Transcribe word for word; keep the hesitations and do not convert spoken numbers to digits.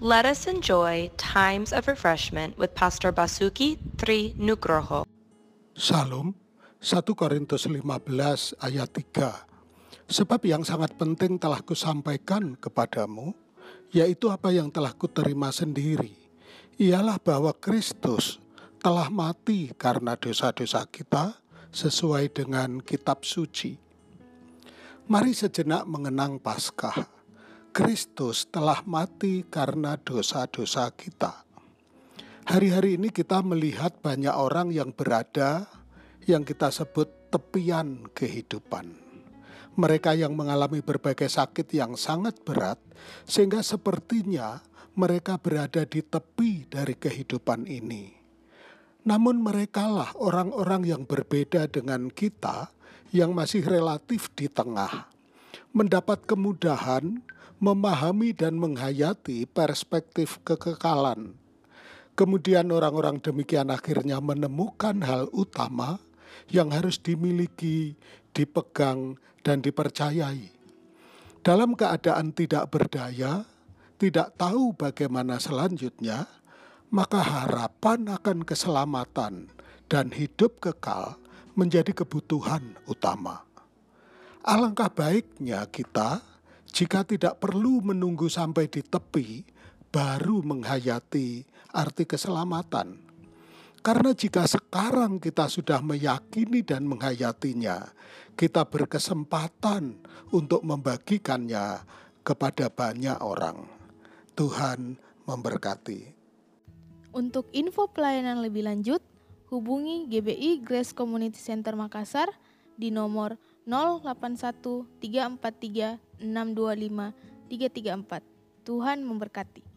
Let us enjoy times of refreshment with Pastor Basuki Tri Nugroho. Salum, satu Korintus lima belas ayat tiga. Sebab yang sangat penting telah kusampaikan kepadamu, yaitu apa yang telah kuterima sendiri, ialah bahwa Kristus telah mati karena dosa-dosa kita sesuai dengan kitab suci. Mari sejenak mengenang Paskah. Kristus telah mati karena dosa-dosa kita. Hari-hari ini kita melihat banyak orang yang berada yang kita sebut tepian kehidupan. Mereka yang mengalami berbagai sakit yang sangat berat, sehingga sepertinya mereka berada di tepi dari kehidupan ini. Namun merekalah orang-orang yang berbeda dengan kita yang masih relatif di tengah, mendapat kemudahan memahami dan menghayati perspektif kekekalan. Kemudian orang-orang demikian akhirnya menemukan hal utama yang harus dimiliki, dipegang, dan dipercayai. Dalam keadaan tidak berdaya, tidak tahu bagaimana selanjutnya, maka harapan akan keselamatan dan hidup kekal menjadi kebutuhan utama. Alangkah baiknya kita jika tidak perlu menunggu sampai di tepi, baru menghayati arti keselamatan. Karena jika sekarang kita sudah meyakini dan menghayatinya, kita berkesempatan untuk membagikannya kepada banyak orang. Tuhan memberkati. Untuk info pelayanan lebih lanjut, hubungi G B I Grace Community Center Makassar di nomor nol delapan satu tiga empat tiga enam dua lima tiga tiga empat. Tuhan memberkati.